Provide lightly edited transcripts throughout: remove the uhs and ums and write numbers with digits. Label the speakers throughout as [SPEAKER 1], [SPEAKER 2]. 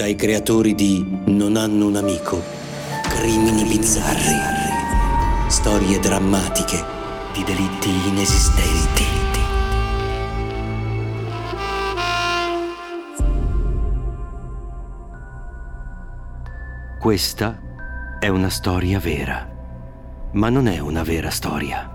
[SPEAKER 1] dai creatori di Non hanno un amico, crimini bizzarri, storie drammatiche di delitti inesistenti. Questa è una storia vera, ma non è una vera storia.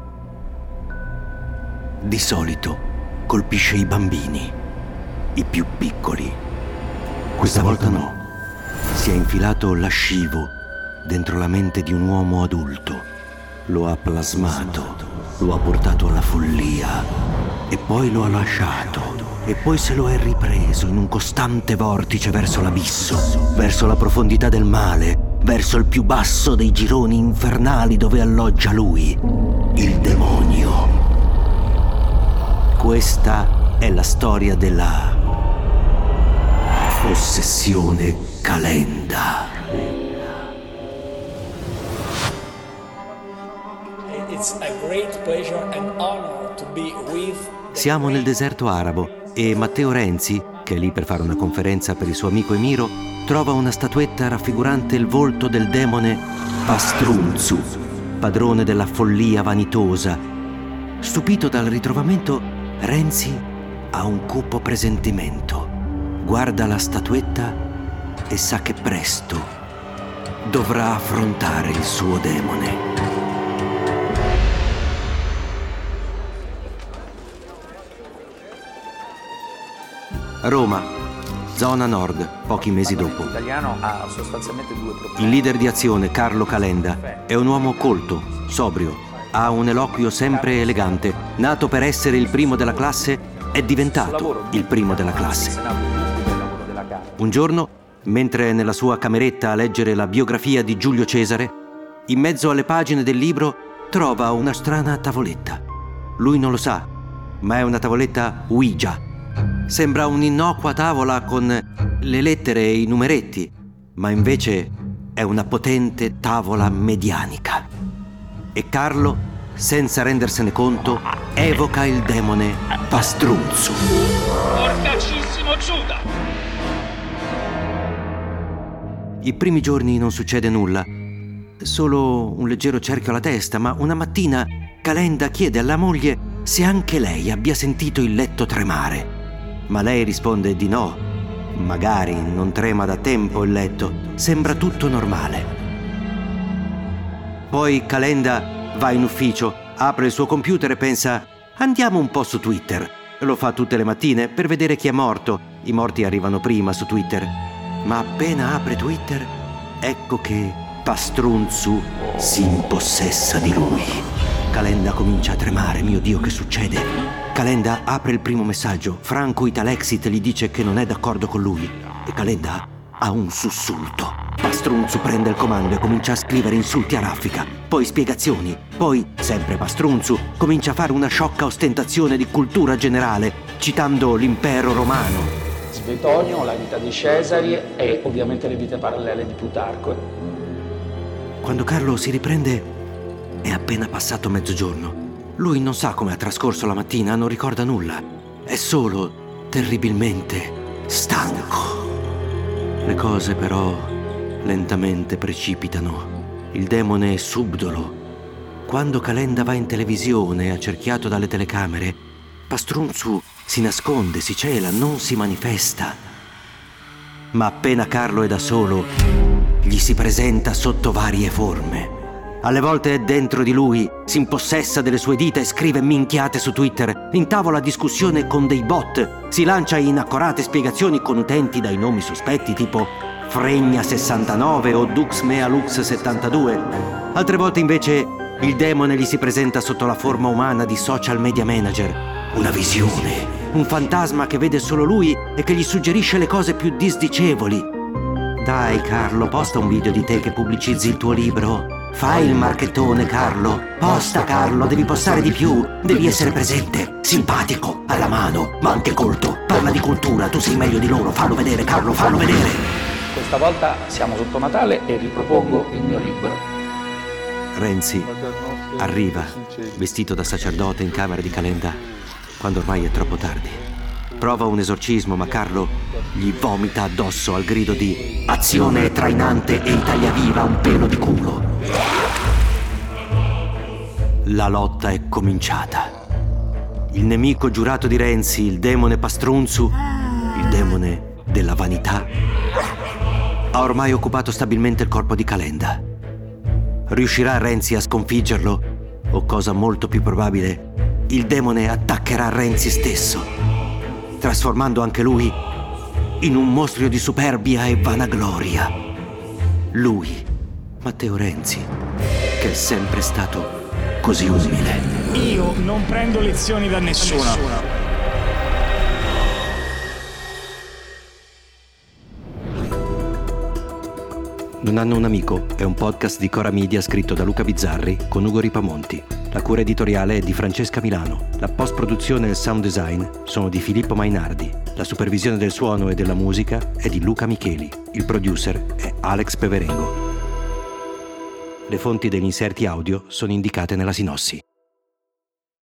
[SPEAKER 1] Di solito colpisce i bambini, i più piccoli. Questa volta no. Si è infilato lascivo dentro la mente di un uomo adulto. Lo ha plasmato, lo ha portato alla follia e poi lo ha lasciato. E poi se lo è ripreso in un costante vortice verso l'abisso, verso la profondità del male, verso il più basso dei gironi infernali dove alloggia lui, il demonio. Questa è la storia della ossessione Calenda.
[SPEAKER 2] It's a great pleasure and honor to be with.
[SPEAKER 1] Siamo nel deserto arabo e Matteo Renzi, che è lì per fare una conferenza per il suo amico Emiro, trova una statuetta raffigurante il volto del demone Pastrunzu, padrone della follia vanitosa. Stupito dal ritrovamento, Renzi ha un cupo presentimento. Guarda la statuetta e sa che presto dovrà affrontare il suo demone. Roma, zona nord, pochi mesi dopo.
[SPEAKER 3] L'italiano ha sostanzialmente due problemi.
[SPEAKER 1] Il leader di azione, Carlo Calenda, è un uomo colto, sobrio, ha un eloquio sempre elegante. Nato per essere il primo della classe, è diventato il primo della classe. Un giorno, mentre è nella sua cameretta a leggere la biografia di Giulio Cesare, in mezzo alle pagine del libro trova una strana tavoletta. Lui non lo sa, ma è una tavoletta Ouija. Sembra un'innocua tavola con le lettere e i numeretti, ma invece è una potente tavola medianica. E Carlo, senza rendersene conto, evoca il demone Pastrunzu.
[SPEAKER 4] Porcacissimo Giuda!
[SPEAKER 1] I primi giorni non succede nulla, solo un leggero cerchio alla testa, ma una mattina Calenda chiede alla moglie se anche lei abbia sentito il letto tremare. Ma lei risponde di no. Magari non trema da tempo il letto, sembra tutto normale. Poi Calenda va in ufficio, apre il suo computer e pensa: andiamo un po' su Twitter. Lo fa tutte le mattine per vedere chi è morto. I morti arrivano prima su Twitter. Ma appena apre Twitter, ecco che Pastrunzu si impossessa di lui. Calenda comincia a tremare. Mio Dio, che succede? Calenda apre il primo messaggio. Franco Italexit gli dice che non è d'accordo con lui. E Calenda ha un sussulto. Pastrunzu prende il comando e comincia a scrivere insulti a raffica, poi spiegazioni, poi, sempre Pastrunzu, comincia a fare una sciocca ostentazione di cultura generale, citando l'impero romano.
[SPEAKER 3] Svetonio, la vita di Cesare e ovviamente le vite parallele di Plutarco.
[SPEAKER 1] Quando Carlo si riprende è appena passato mezzogiorno. Lui non sa come ha trascorso la mattina, non ricorda nulla. È solo terribilmente stanco. Le cose però lentamente precipitano. Il demone è subdolo. Quando Calenda va in televisione, accerchiato dalle telecamere, Pastrunzu si nasconde, si cela, non si manifesta. Ma appena Carlo è da solo, gli si presenta sotto varie forme. Alle volte è dentro di lui, si impossessa delle sue dita e scrive minchiate su Twitter, intavola discussione con dei bot, si lancia in accorate spiegazioni con utenti dai nomi sospetti tipo Fregna69 o DuxMealux72. Altre volte invece il demone gli si presenta sotto la forma umana di social media manager, una visione, un fantasma che vede solo lui e che gli suggerisce le cose più disdicevoli. Dai Carlo, posta un video di te che pubblicizzi il tuo libro. Fai il marchettone, Carlo. Posta, Carlo, devi postare di più. Devi essere presente, simpatico, alla mano, ma anche colto. Parla di cultura, tu sei meglio di loro. Fallo vedere, Carlo, fallo vedere.
[SPEAKER 3] Questa volta siamo sotto Natale e ripropongo il mio libro.
[SPEAKER 1] Renzi arriva, vestito da sacerdote in camera di Calenda, quando ormai è troppo tardi. Prova un esorcismo, ma Carlo gli vomita addosso al grido di azione trainante e tagliaviva un pelo di culo. La lotta è cominciata. Il nemico giurato di Renzi, il demone Pastrunzu, il demone della vanità, ha ormai occupato stabilmente il corpo di Calenda. Riuscirà Renzi a sconfiggerlo? O, cosa molto più probabile, il demone attaccherà Renzi stesso, trasformando anche lui in un mostro di superbia e vanagloria. Lui, Matteo Renzi, che è sempre stato così umile.
[SPEAKER 5] Io non prendo lezioni da nessuno.
[SPEAKER 1] Non hanno un amico è un podcast di Cora Media scritto da Luca Bizzarri con Ugo Ripamonti. La cura editoriale è di Francesca Milano. La post-produzione e il sound design sono di Filippo Mainardi. La supervisione del suono e della musica è di Luca Micheli. Il producer è Alex Peverengo. Le fonti degli inserti audio sono indicate nella sinossi.